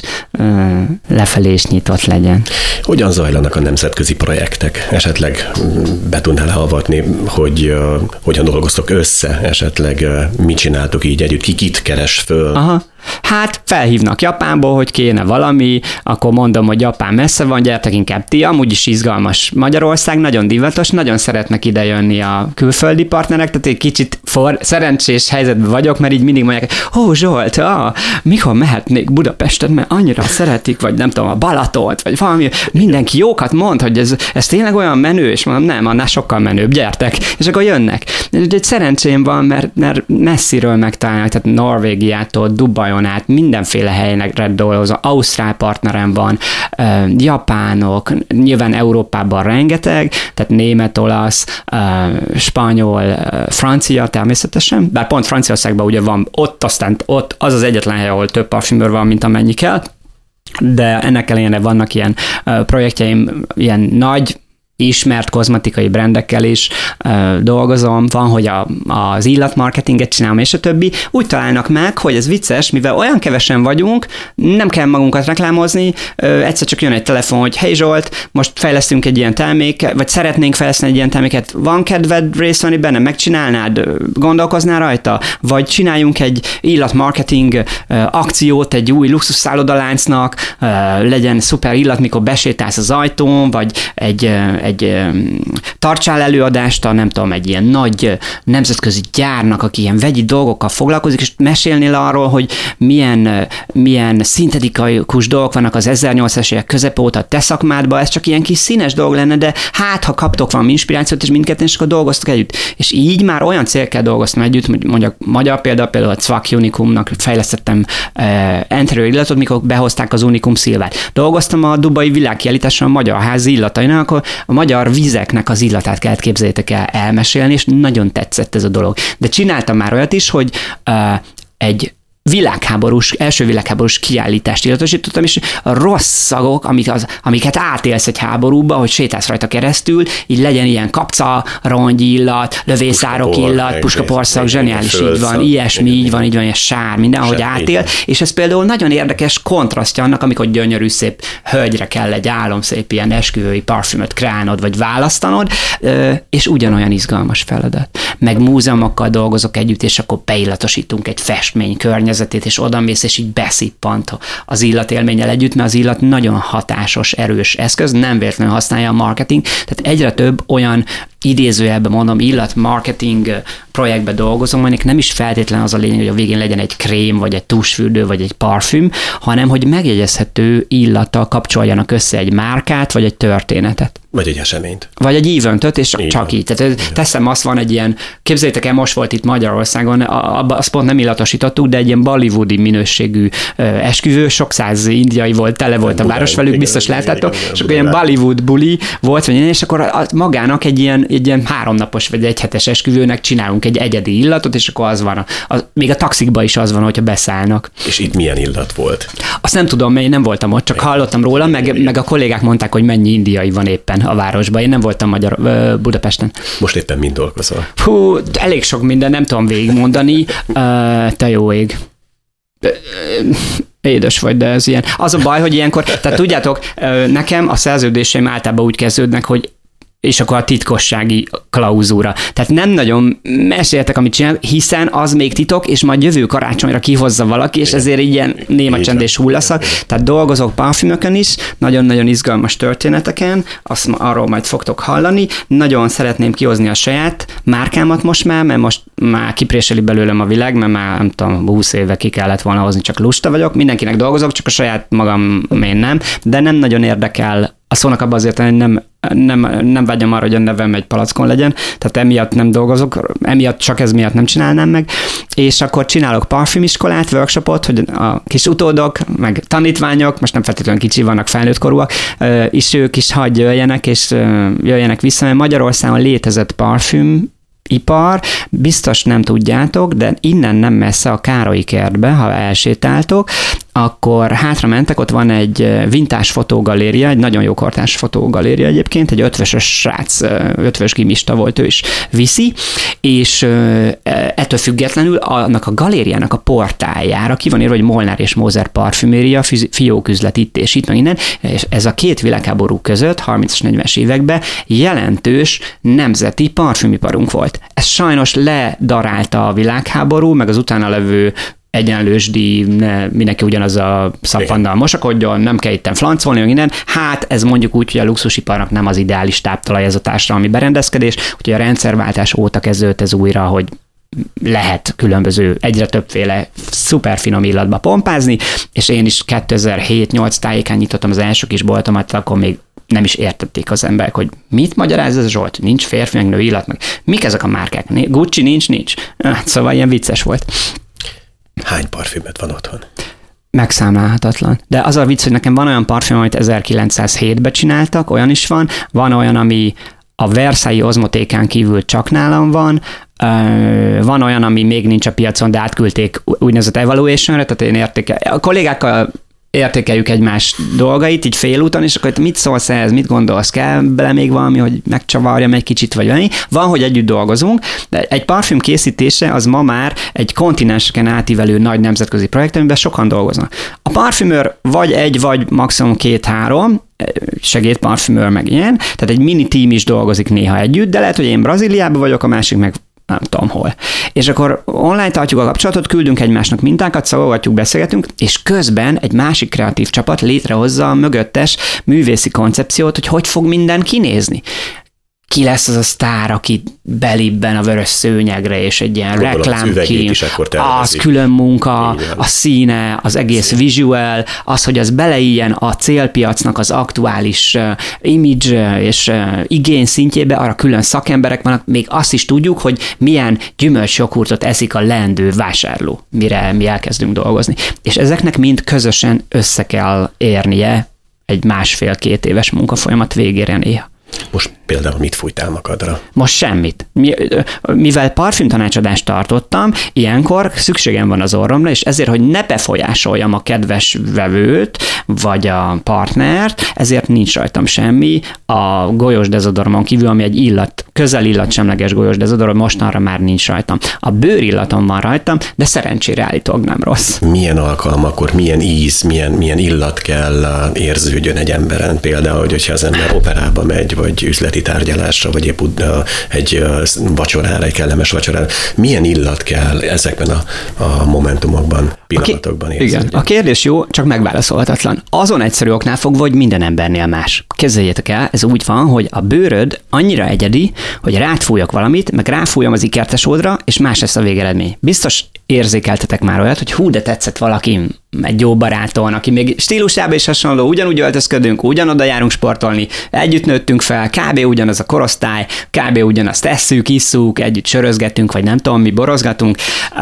lefelé is nyitott legyen. Hogyan zajlanak a nemzetközi projektek? Esetleg be tudnál avatni, hogy uh, hogyan dolgoztok össze, esetleg uh, mit csináltok így együtt, ki kit keres föl? Aha. Hát felhívnak Japánból, hogy kéne valami, akkor mondom, hogy Japán messze van, gyertek inkább ti, amúgy is izgalmas Magyarország, nagyon divatos, nagyon szeretnek ide jönni a külföldi partnerek, tehát egy kicsit for, szerencsés helyzetben vagyok, mert így mindig mondják, ó Zsolt, ah, mikor mehetnék Budapestet, mert annyira szeretik, vagy nem tudom, a Balatont, vagy valami, mindenki jókat mond, hogy ez, ez tényleg olyan menő, és mondom, nem, annál sokkal menőbb, gyertek, és akkor jönnek. Egy szerencsém van, mert, mert messziről megtalálnak, tehát Norvégiától, Dubajon át, mindenféle helyekre dolgozom, ausztrál partnerem van, japánok, nyilván Európában rengeteg, tehát német, olasz, spanyol, francia természetesen, bár pont Franciaországban ugye van, ott aztán ott az az egyetlen hely, ahol több parfümőr van, mint amennyi kell, de ennek ellenére vannak ilyen projektjeim, ilyen nagy, ismert kozmetikai brandekkel is uh, dolgozom, van, hogy a, az illatmarketinget csinálom, és a többi. Úgy találnak meg, hogy ez vicces, mivel olyan kevesen vagyunk, nem kell magunkat reklámozni, uh, egyszer csak jön egy telefon, hogy hey Zsolt, most fejlesztünk egy ilyen terméket, vagy szeretnénk fejleszteni egy ilyen terméket, van kedved részt venni benne, megcsinálnád, gondolkoznál rajta, vagy csináljunk egy illatmarketing uh, akciót egy új luxusszállodaláncnak, uh, legyen szuper illat, mikor besétálsz az ajtón, vagy egy uh, egy tartsál előadást, a, nem tudom, egy ilyen nagy nemzetközi gyárnak, aki ilyen vegyi dolgokkal foglalkozik, és mesélnél arról, hogy milyen, milyen szintetikus dolgok vannak az ezernyolcvanas évek közepe óta a te szakmádban, ez csak ilyen kis színes dolog lenne, de hát, ha kaptok valami inspirációt, és mindketten, és akkor dolgoztok együtt. És így már olyan célkel dolgoztam együtt, mondjuk magyar példa, például a Cvak Unicumnak fejlesztettem uh, enterő illatot, mikor behozták az Unicum szilvát. Dolgoztam a dubai világkiállításon a magyar házi illatainál, akkor a magyar vizeknek az illatát kellett, képzeljétek el, elmesélni, és nagyon tetszett ez a dolog. De csináltam már olyat is, hogy uh, egy világháborús, első világháborús kiállítást illatosítottam, és a rossz szagok, amik az, amiket átélsz egy háborúba, hogy sétálsz rajta keresztül, így legyen ilyen kapca, rongy illat, lövészárok Puskapor, illat, puskaporszag, zseniális, így van, ilyesmi, így van, így van, ilyen sár, minden, ahogy átél, és ez például nagyon érdekes kontrasztja annak, amikor gyönyörű szép hölgyre kell egy álomszép ilyen esküvői parfümöt kreálnod, vagy választanod, és ugyanolyan izgalmas feladat. Meg múzeumokkal dolgozok együtt, és akkor beillatosítunk egy festmény környezetét, és odamész, és így beszippant az illatélménnyel együtt, mert az illat nagyon hatásos, erős eszköz, nem véletlenül használja a marketing, tehát egyre több olyan idézőjelben mondom, illatmarketing projektbe dolgozom, aminek nem is feltétlen az a lényeg, hogy a végén legyen egy krém, vagy egy tusfürdő, vagy egy parfüm, hanem hogy megjegyezhető illattal kapcsoljanak össze egy márkát, vagy egy történetet. Vagy egy eseményt. Vagy egy eventet, és így csak van. Így. Tehát Igen. teszem, azt van egy ilyen, képzeljétek el, most volt itt Magyarországon, azt pont nem illatosítottuk, de egy ilyen bollywoodi minőségű esküvő, sok száz indiai volt, tele volt a város velük, biztos láttátok, és akkor ilyen Bollywood buli volt, vagy és akkor magának egy ilyen, egy ilyen háromnapos vagy egy hetes esküvőnek csinálunk egy egyedi illatot, és akkor az van, a, a, még a taxikba is az van, hogyha beszállnak. És itt milyen illat volt? Azt nem tudom, mert én nem voltam ott, csak hallottam róla, meg, meg a kollégák mondták, hogy mennyi indiai van éppen a városban. Én nem voltam Magyar, Budapesten. Most éppen mind dolgozol? Hú, elég sok minden, nem tudom végigmondani. Te jó ég. Édes vagy, de ez ilyen. Az a baj, hogy ilyenkor, tehát tudjátok, nekem a szerződéseim általában úgy kezdődnek, hogy és akkor a titkossági klauzúra. Tehát nem nagyon meséltek, amit csinál, hiszen az még titok, és majd jövő karácsonyra kihozza valaki, és ezért ilyen néma csend és hullaszak. Tehát dolgozok parfümökön is, nagyon-nagyon izgalmas történeteken, azt arról majd fogtok hallani. Nagyon szeretném kihozni a saját márkámat most már, mert most már kipréseli belőlem a világ, mert már nem tudom, húsz éve ki kellett volna hozni, csak lusta vagyok. Mindenkinek dolgozok, csak a saját magam én nem, de nem nagyon érdekel a szónak abban azért, hogy nem, nem, nem vágyom arra, hogy a nevem egy palackon legyen, tehát emiatt nem dolgozok, emiatt csak ez miatt nem csinálnám meg, és akkor csinálok parfümiskolát, workshopot, hogy a kis utódok, meg tanítványok, most nem feltétlenül kicsi, vannak felnőtt korúak, és ők is hadd jöjjenek, és jöjjenek vissza, mert Magyarországon létezett parfüm ipar, biztos nem tudjátok, de innen nem messze a Károlyi kertbe, ha elsétáltok, akkor hátra mentek, ott van egy vintás fotógaléria, egy nagyon jó kortárs fotógaléria egyébként, egy ötvösös srác, ötvös gimista volt, ő is viszi, és ettől függetlenül annak a galériának a portáljára ki van írva, hogy Molnár és Moser parfüméria, fióküzlet itt és itt, meg innen, és ez a két világháború között, harmincas, negyvenes években jelentős nemzeti parfümiparunk volt. Ez sajnos ledarálta a világháború, meg az utána levő egyenlősdi, ne, mindenki ugyanaz a szappannal mosakodjon, nem kell itten flancolni, innen. Hát ez mondjuk úgy, hogy a luxusiparnak nem az ideális táptalaj ez a társadalmi berendezkedés, úgyhogy a rendszerváltás óta kezdődött ez újra, hogy lehet különböző, egyre többféle szuper finom illatba pompázni, és én is kétezer-hét nyolc tájékán nyitottam az első kis boltomat, akkor még nem is értették az emberek, hogy mit magyaráz ez Zsolt, nincs férfi, meg nő illat, meg mik ezek a márkák? Gucci nincs, nincs. Szóval ilyen vicces volt. Hány parfümöt van otthon? Megszámlálhatatlan. De az a vicc, hogy nekem van olyan parfüm, amit ezerkilencszázhétben csináltak, olyan is van, van olyan, ami a Versailles ozmotékán kívül csak nálam van, van olyan, ami még nincs a piacon, de átküldték úgynevezett evaluationre, tehát én értékel. A kollégákkal értékeljük egymás dolgait, így félúton, és akkor mit szólsz ehhez, mit gondolsz, kell bele még valami, hogy megcsavarjam egy kicsit, vagy valami. Van, hogy együtt dolgozunk, de egy parfüm készítése az ma már egy kontinenseken átívelő nagy nemzetközi projekt, amiben sokan dolgoznak. A parfümőr vagy egy, vagy maximum két-három, segédparfümőr meg ilyen, tehát egy mini tím is dolgozik néha együtt, de lehet, hogy én Brazíliában vagyok, a másik meg nem tudom hol. És akkor online tartjuk a kapcsolatot, küldünk egymásnak mintákat, szagolgatjuk, beszélgetünk, és közben egy másik kreatív csapat létrehozza a mögöttes művészi koncepciót, hogy hogy fog minden kinézni. Ki lesz az a sztár, aki belibben a vörös szőnyegre, és egy ilyen reklámkém, az külön munka, a színe, az egész visual, az, hogy az beleiljen a célpiacnak az aktuális uh, image uh, és uh, igény szintjébe, arra külön szakemberek vannak, még azt is tudjuk, hogy milyen gyümölcsjoghurtot eszik a leendő vásárló, mire mi elkezdünk dolgozni. És ezeknek mind közösen össze kell érnie egy másfél-két éves munkafolyamat végére néha. Most például mit fújtál magadra? Most semmit. Mivel parfümtanácsadást tartottam, ilyenkor szükségem van az orromra, és ezért, hogy ne befolyásoljam a kedves vevőt, vagy a partnert, ezért nincs rajtam semmi. A golyós dezodoromon kívül, ami egy illat, közel illatsemleges golyós dezodorom, mostanra már nincs rajtam. A bőrillatom van rajtam, de szerencsére állítólag nem rossz. Milyen alkalmakor, milyen íz, milyen, milyen illat kell érződjön egy emberen? Például, hogyha az ember operába megy, vagy üzleti tárgyalásra, vagy épp egy vacsorára, egy kellemes vacsorára. Milyen illat kell ezekben a, a momentumokban? pillanatokban érződik. Igen, a kérdés jó, csak megválaszolhatatlan. Azon egyszerű oknál fogva, hogy minden embernél más. Képzeljétek el, ez úgy van, hogy a bőröd annyira egyedi, hogy rád fújok valamit, meg ráfújom az ikertesódra, és más lesz a végeredmény. Biztos érzékeltetek már olyat, hogy hú, de tetszett valaki, egy jó baráton, aki még stílusában is hasonló, ugyanúgy öltözködünk, ugyanoda járunk sportolni, együtt nőttünk fel, kb. Ugyanaz a korosztály, kb. Ugyanazt tesszük, isszuk, együtt sörözgetünk, vagy nem tudom, mi borozgatunk,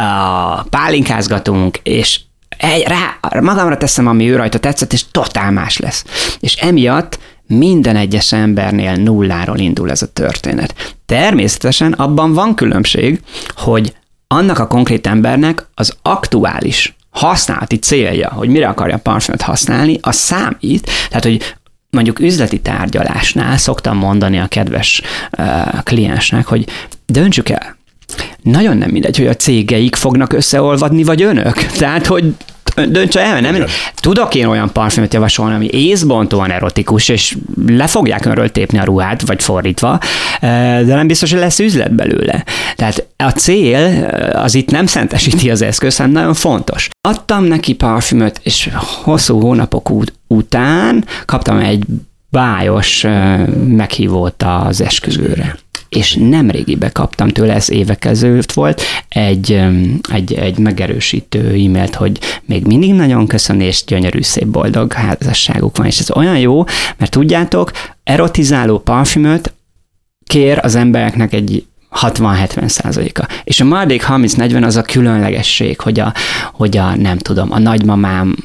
pálinkázgatunk, és egy, rá, magamra teszem, ami ő rajta tetszett, és totál más lesz. És emiatt minden egyes embernél nulláról indul ez a történet. Természetesen abban van különbség, hogy annak a konkrét embernek az aktuális használati célja, hogy mire akarja a parfümöt használni, az számít. Tehát, hogy mondjuk üzleti tárgyalásnál szoktam mondani a kedves uh, kliensnek, hogy döntsük el. Nagyon nem mindegy, hogy a cégeik fognak összeolvadni, vagy önök. Tehát, hogy döntse el, nem? Tudok én olyan parfümöt javasolni, ami észbontóan erotikus, és le fogják önről tépni a ruhát, vagy fordítva, de nem biztos, hogy lesz üzlet belőle. Tehát a cél az itt nem szentesíti az eszköz, hanem nagyon fontos. Adtam neki parfümöt, és hosszú hónapok út- után kaptam egy bájos meghívót az esküvőre. És nemrégiben kaptam tőle, ez évekkel ezelőtt volt, egy, egy, egy megerősítő e-mailt, hogy még mindig nagyon köszöni, és gyönyörű, szép, boldog házasságuk van. És ez olyan jó, mert tudjátok, erotizáló parfümöt kér az embereknek egy hatvan-hetven százaléka. És a maradék harminc-negyven az a különlegesség, hogy a, hogy a nem tudom, a nagymamám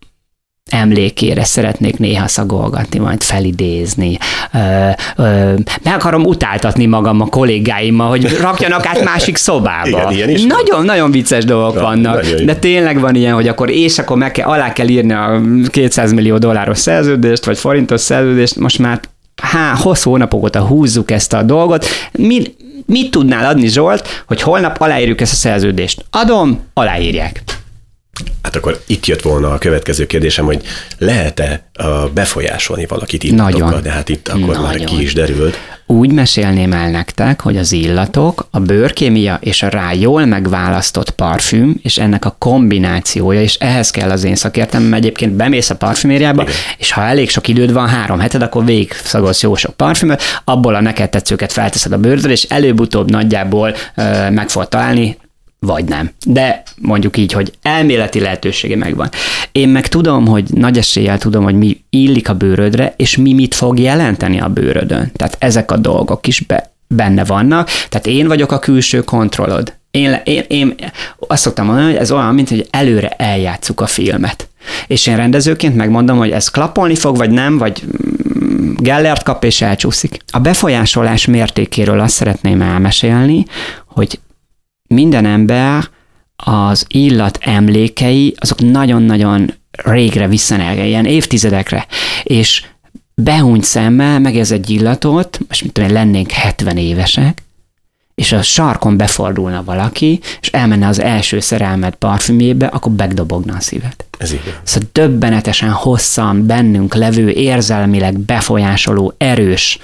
emlékére szeretnék néha szagolgatni, majd felidézni. Ö, ö, meg akarom utáltatni magam a kollégáimmal, hogy rakjanak át másik szobába. Nagyon-nagyon vicces dolgok ja, vannak, de tényleg van ilyen, hogy akkor és akkor meg kell, alá kell írni a kétszáz millió dolláros szerződést, vagy forintos szerződést, most már há, hosszú hónapok óta húzzuk ezt a dolgot. Mi, mit tudnál adni, Zsolt, hogy holnap aláírjuk ezt a szerződést? Adom, aláírják. Hát akkor itt jött volna a következő kérdésem, hogy lehet-e befolyásolni valakit illatokkal, de hát itt akkor Nagyon. Már ki is derült. Úgy mesélném el nektek, hogy az illatok, a bőrkémia és a rá jól megválasztott parfüm, és ennek a kombinációja, és ehhez kell az én szakértelmem, egyébként bemész a parfümériába, Igen. és ha elég sok időd van, három heted, akkor végig szagolsz jó sok parfümöt, abból a neked tetszőket felteszed a bőrödre, és előbb-utóbb nagyjából ö, meg fogod találni, vagy nem. De mondjuk így, hogy elméleti lehetősége megvan. Én meg tudom, hogy nagy eséllyel tudom, hogy mi illik a bőrödre, és mi mit fog jelenteni a bőrödön. Tehát ezek a dolgok is be, benne vannak. Tehát én vagyok a külső kontrollod. Én, én, én azt szoktam mondani, hogy ez olyan, mint hogy előre eljátsszuk a filmet. És én rendezőként megmondom, hogy ez klappolni fog, vagy nem, vagy Gellert kap és elcsúszik. A befolyásolás mértékéről azt szeretném elmesélni, hogy minden ember az illat emlékei, azok nagyon-nagyon régre visszanergel, ilyen évtizedekre, és behúnyt szemmel megérz egy illatot, most mit tudom én, lennénk hetven évesek, és a sarkon befordulna valaki, és elmenne az első szerelmed parfümjébe, akkor megdobogna a szíved. Ez így. Szóval döbbenetesen hosszan bennünk levő, érzelmileg befolyásoló, erős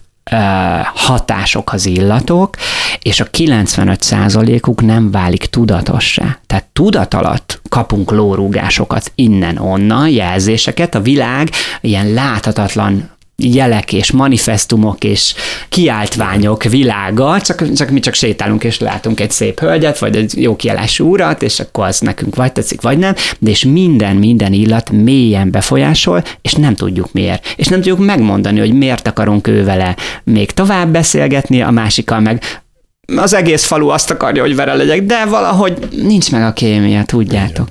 hatások az illatok, és a kilencvenöt százalékuk nem válik tudatossá. Tehát tudat alatt kapunk lórúgásokat innen-onnan, jelzéseket, a világ ilyen láthatatlan jelek és manifestumok és kiáltványok világa, csak, csak mi csak sétálunk és látunk egy szép hölgyet, vagy egy jó kiállású urat, és akkor az nekünk vagy tetszik, vagy nem, de és minden, minden illat mélyen befolyásol, és nem tudjuk miért. És nem tudjuk megmondani, hogy miért akarunk ő vele még tovább beszélgetni, a másikkal meg az egész falu azt akarja, hogy vele legyek, de valahogy nincs meg a kémia, tudjátok.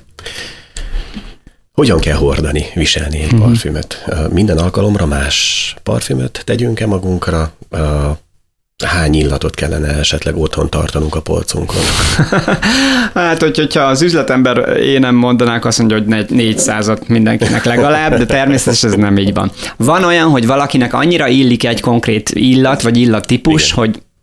Hogyan kell hordani, viselni egy mm-hmm. parfümöt? Minden alkalomra más parfümöt tegyünk-e magunkra? Hány illatot kellene esetleg otthon tartanunk a polcunkon? Hát, hogyha az üzletember én nem mondanák, azt mondja, hogy négyszázat mindenkinek legalább, de természetesen ez nem így van. Van olyan, hogy valakinek annyira illik egy konkrét illat, vagy illattípus, Igen. hogy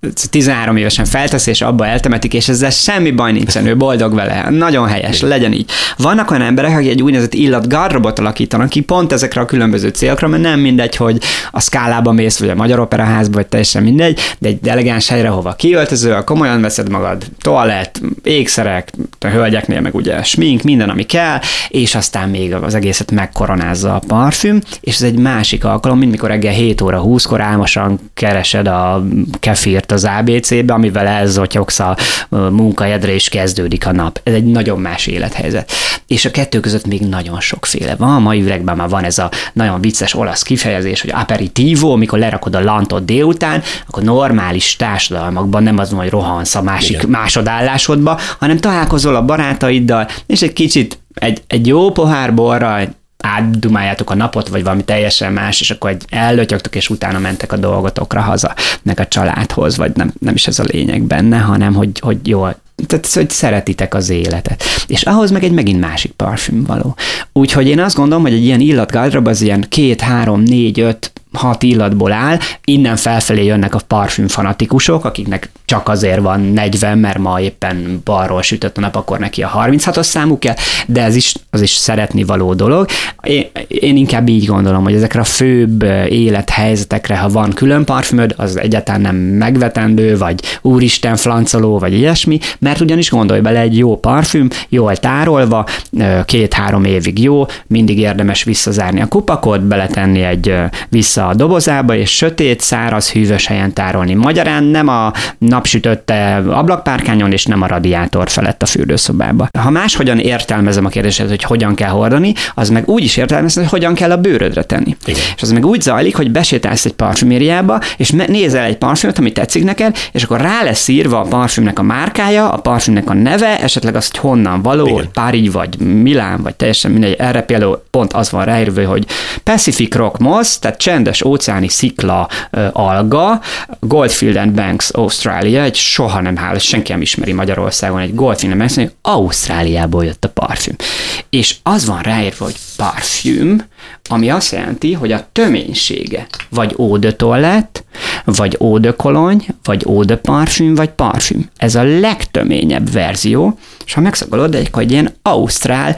tizenhárom évesen felteszi, és abba eltemetik, és ezzel semmi baj nincsen, ő boldog vele. Nagyon helyes, legyen így. Vannak olyan emberek, akik egy úgynevezett illatgardrobot alakítanak ki pont ezekre a különböző célokra, mert nem mindegy, hogy a Skálába mész, vagy a Magyar Operaházba, vagy teljesen mindegy, de egy elegáns helyre, hova kiöltözöl, komolyan veszed magad, toalett, ékszerek, a hölgyeknél meg ugye smink, minden, ami kell, és aztán még az egészet megkoronázza a parfüm, és ez egy másik alkalom, mint mikor reggel hét óra húszkor álmosan keresed a kefírt az á bé cébe, amivel elzotyogsz a munkahelyedre, és kezdődik a nap. Ez egy nagyon más élethelyzet. És a kettő között még nagyon sokféle van. A mai üregben már van ez a nagyon vicces olasz kifejezés, hogy aperitivo, amikor lerakod a lantot délután, akkor normális társadalmakban nem az, hogy rohansz a másik Igen. másodállásodba, hanem találkozol a barátaiddal, és egy kicsit egy, egy jó pohár borral átdumáljátok a napot, vagy valami teljesen más, és akkor egy ellötyögtök, és utána mentek a dolgotokra haza, meg a családhoz, vagy nem, nem is ez a lényeg benne, hanem hogy, hogy jól, tehát hogy szeretitek az életet. És ahhoz meg egy megint másik parfüm való. Úgyhogy én azt gondolom, hogy egy ilyen illatgardrob az ilyen két, három, négy, öt, hat illatból áll, innen felfelé jönnek a parfüm fanatikusok, akiknek csak azért van negyven, mert ma éppen balról sütött a nap, akkor neki a harminchatos számú kell, de ez is, az is szeretni való dolog. Én, én inkább így gondolom, hogy ezekre a főbb élethelyzetekre, ha van külön parfümöd, az egyáltalán nem megvetendő, vagy úristen flancoló, vagy ilyesmi, mert ugyanis gondolj bele, egy jó parfüm, jól tárolva, két-három évig jó, mindig érdemes visszazárni a kupakot, beletenni egy vissza a dobozába, és sötét, száraz, hűvös helyen tárolni. Magyarán nem a napsütötte ablakpárkányon, és nem a radiátor felett a fürdőszobába. Ha máshogyan értelmezem a kérdést, hogy hogyan kell hordani, az meg úgy is értelmezem, hogy hogyan kell a bőrödre tenni. Igen. És az meg úgy zajlik, hogy besétálsz egy parfümériába, és nézel egy parfümöt, ami tetszik neked, és akkor rá lesz írva a parfümnek a márkája, a parfümnek a neve, esetleg az, hogy honnan való, hogy Párizs, vagy Milán, vagy teljesen mindegy. Erre például pont az van ráírva, hogy Pacific Rock Moss, tehát csendes óceáni szikla uh, alga, Goldfield and Banks, Ausztrália, egy soha nem hál, senki nem ismeri Magyarországon, egy Goldfield and Banks, hogy Ausztráliából jött a parfüm. És az van ráírva, hogy parfüm, ami azt jelenti, hogy a töménysége vagy eau de toilette, vagy eau de cologne, vagy eau de parfüm, vagy parfüm. Ez a legtöményebb verzió, és ha megszagolod, egy, egy ilyen ausztrál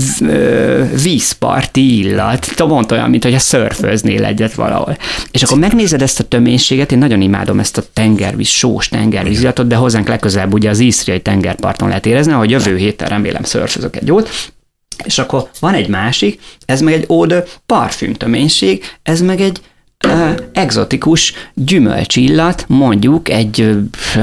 vízparti illat, pont olyan, mint hogy a szörföznél egyet valahol. És akkor megnézed ezt a töménységet, én nagyon imádom ezt a tengervíz, sós tengervíz illatot, de hozzánk legközelebb ugye az isztriai tengerparton lehet érezni, ahogy jövő héten remélem szörfözök egy jót, és akkor van egy másik, ez meg egy eau de parfüm töménység, ez meg egy Uh, egzotikus gyümölcsillat, mondjuk egy uh,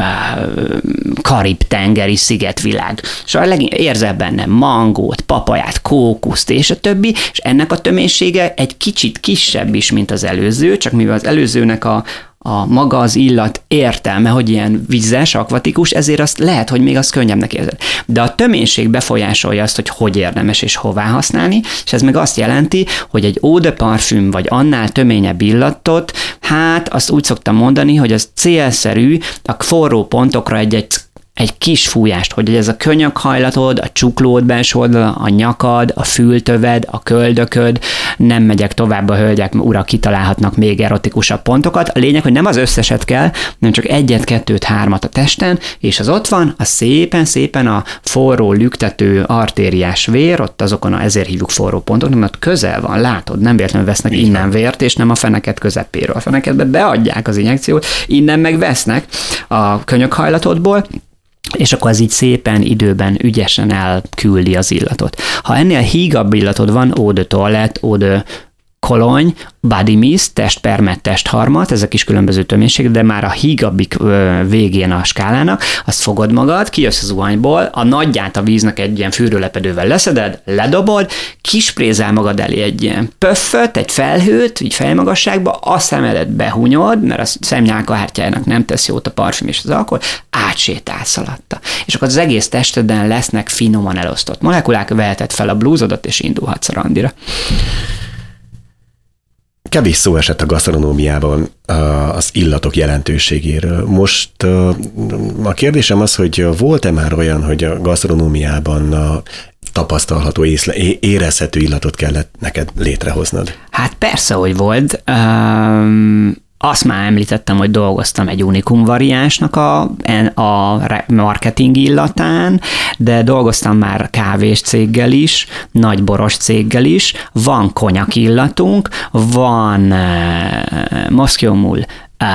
karib-tengeri szigetvilág. És a legin- érzel benne mangót, papaját, kókuszt és a többi, és ennek a töménysége egy kicsit kisebb is, mint az előző, csak mivel az előzőnek a a maga az illat értelme, hogy ilyen vizes, akvatikus, ezért azt lehet, hogy még az könnyebbnek érzed. De a töménység befolyásolja azt, hogy hogy érdemes és hová használni, és ez meg azt jelenti, hogy egy eau de parfüm vagy annál töményebb illatot, hát azt úgy szoktam mondani, hogy az célszerű a forró pontokra egy-egy egy kis fújást, hogy ez a könyökhajlatod, a csuklód belső oldala, a nyakad, a fültöved, a köldököd, nem megyek tovább, a hölgyek, urak kitalálhatnak még erotikusabb pontokat. A lényeg, hogy nem az összeset kell, hanem csak egyet, kettőt, hármat a testen, és az ott van, a szépen-szépen a forró, lüktető artériás vér, ott azokon, a, ezért hívjuk forró pontoknak, mert közel van, látod, nem véletlenül vesznek így innen vért, és nem a feneket közepéről. A fenekedbe beadják az injekciót, innen meg vesznek a könyökhajlatodból, és akkor az így szépen, időben, ügyesen elküldi az illatot. Ha ennél hígabb illatod van, eau de toilette, eau de cologne, body mist, testpermet, testharmat, ezek is különböző töménységek, de már a hígabbik végén a skálának, azt fogod magad, kijössz az zuhanyból, a nagyját a víznek egy ilyen fűrőlepedővel leszeded, ledobod, kisprézel magad elé egy ilyen pöfföt, egy felhőt, így fejmagasságba, a szemedet behunyod, mert a szemnyálkahártyájának nem tesz jót a parfüm és az alkohol, átsétálsz alatta. És akkor az egész testeden lesznek finoman elosztott molekulák, veheted fel a blúzodat, és indulhatsz a randira. Kevés szó esett a gasztronómiában az illatok jelentőségéről. Most a kérdésem az, hogy volt-e már olyan, hogy a gasztronómiában tapasztalható, érezhető illatot kellett neked létrehoznod? Hát persze, hogy volt. Um... azt már említettem, hogy dolgoztam egy unikum variánsnak a, a marketing illatán, de dolgoztam már kávés céggel is, nagy boros céggel is, van konyak illatunk, van uh, Moscow Mule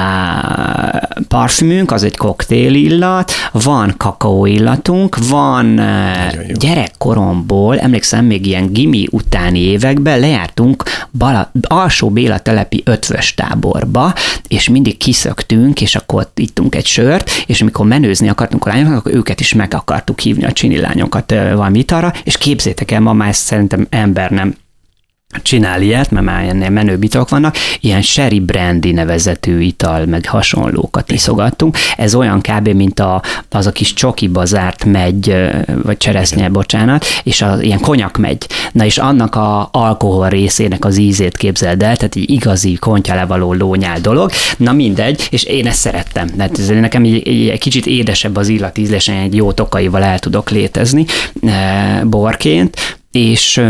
Uh, parfümünk, az egy koktél illat, van kakaó illatunk, van uh, gyerekkoromból, emlékszem, még ilyen gimi utáni években lejártunk Bala, Alsó Béla telepi ötvös táborba, és mindig kiszöktünk, és akkor ott ittunk egy sört, és amikor menőzni akartunk a lányoknak, akkor őket is meg akartuk hívni, a csini lányokat uh, valami italra, és képzétek el, ma már ezt szerintem ember nem csinál ilyet, mert már ennél menőbb italok vannak, ilyen sherry brandy nevezetű ital, meg hasonlókat iszogattunk. Ez olyan kb. Mint a, az a kis csokiba zárt megy, vagy cseresznye, bocsánat, és a, ilyen konyak megy. Na és annak a alkohol részének az ízét képzeld el, tehát egy igazi kontyalevaló lónyál dolog. Na mindegy, és én ezt szerettem. Tehát ez nekem egy, egy kicsit édesebb az illatízlésen, egy jó tokaival el tudok létezni e, borként, és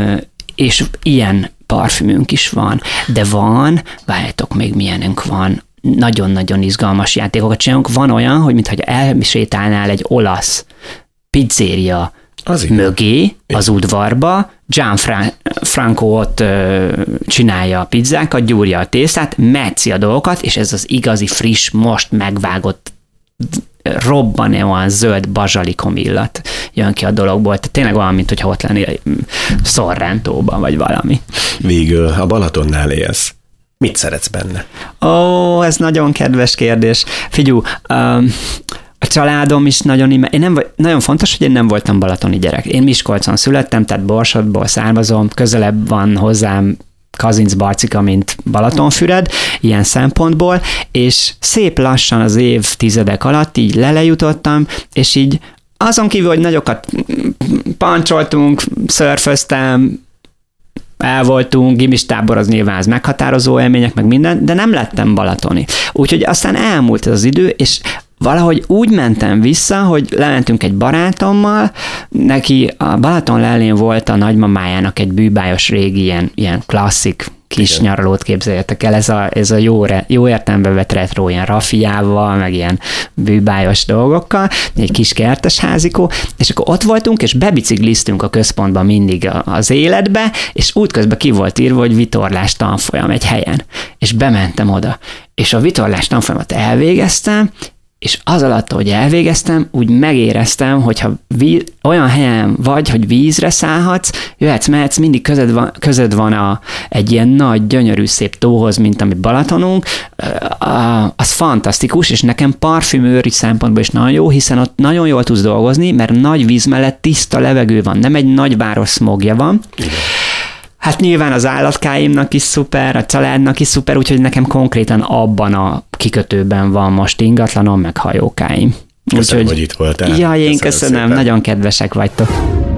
és ilyen parfümünk is van, de van, várjátok, még milyenünk van, nagyon-nagyon izgalmas játékokat csinálunk. Van olyan, hogy mintha elsétálnál egy olasz pizzéria az mögé, az udvarba, Gianfranco ott ö, csinálja a pizzákat, gyúrja a tésztát, metszi a dolgokat, és ez az igazi, friss, most megvágott robbanóan zöld bazsalikom illat jön ki a dologból. Tehát tényleg olyan, mint hogyha ott lennél Sorrentóban, vagy valami. Végül a Balatonnál élsz. Mit szeretsz benne? Ó, ez nagyon kedves kérdés. Figyú, um, a családom is nagyon imád. Én nem, nagyon fontos, hogy én nem voltam balatoni gyerek. Én Miskolcon születtem, tehát Borsodból származom, közelebb van hozzám Kazincbarcika, mint Balatonfüred, ilyen szempontból, és szép lassan az évtizedek alatt így lelejutottam, és így azon kívül, hogy nagyokat pancsoltunk, szörföztem, el voltunk, gimis tábor az nyilván az meghatározó élmények, meg minden, de nem lettem balatoni. Úgyhogy aztán elmúlt ez az idő, és valahogy úgy mentem vissza, hogy lementünk egy barátommal, neki a Balaton lelén volt a nagymamájának egy bűbájos régi ilyen, ilyen klasszik kis igen. nyaralót képzeljetek el, ez a, ez a jó, jó értelembe vett retro, ilyen rafiával, meg ilyen bűbájos dolgokkal, egy kis kertes házikó, és akkor ott voltunk, és bebicikliztünk a központban mindig az életbe, és útközben ki volt írva, hogy vitorlás tanfolyam egy helyen, és bementem oda, és a vitorlás tanfolyamat elvégeztem, és az alatt, hogy elvégeztem, úgy megéreztem, hogyha víz, olyan helyen vagy, hogy vízre szállhatsz, jöhetsz, mehetsz, mindig közöd van, közöd van a, egy ilyen nagy, gyönyörű, szép tóhoz, mint ami Balatonunk, az fantasztikus, és nekem parfümőri szempontból is nagyon jó, hiszen ott nagyon jól tudsz dolgozni, mert nagy víz mellett tiszta levegő van, nem egy nagyváros szmogja van. Hát nyilván az állatkáimnak is szuper, a családnak is szuper, úgyhogy nekem konkrétan abban a kikötőben van most ingatlanom, meg hajókáim. Köszönöm, úgyhogy, hogy itt voltál. Jaj, én köszönöm, köszönöm nagyon kedvesek vagytok.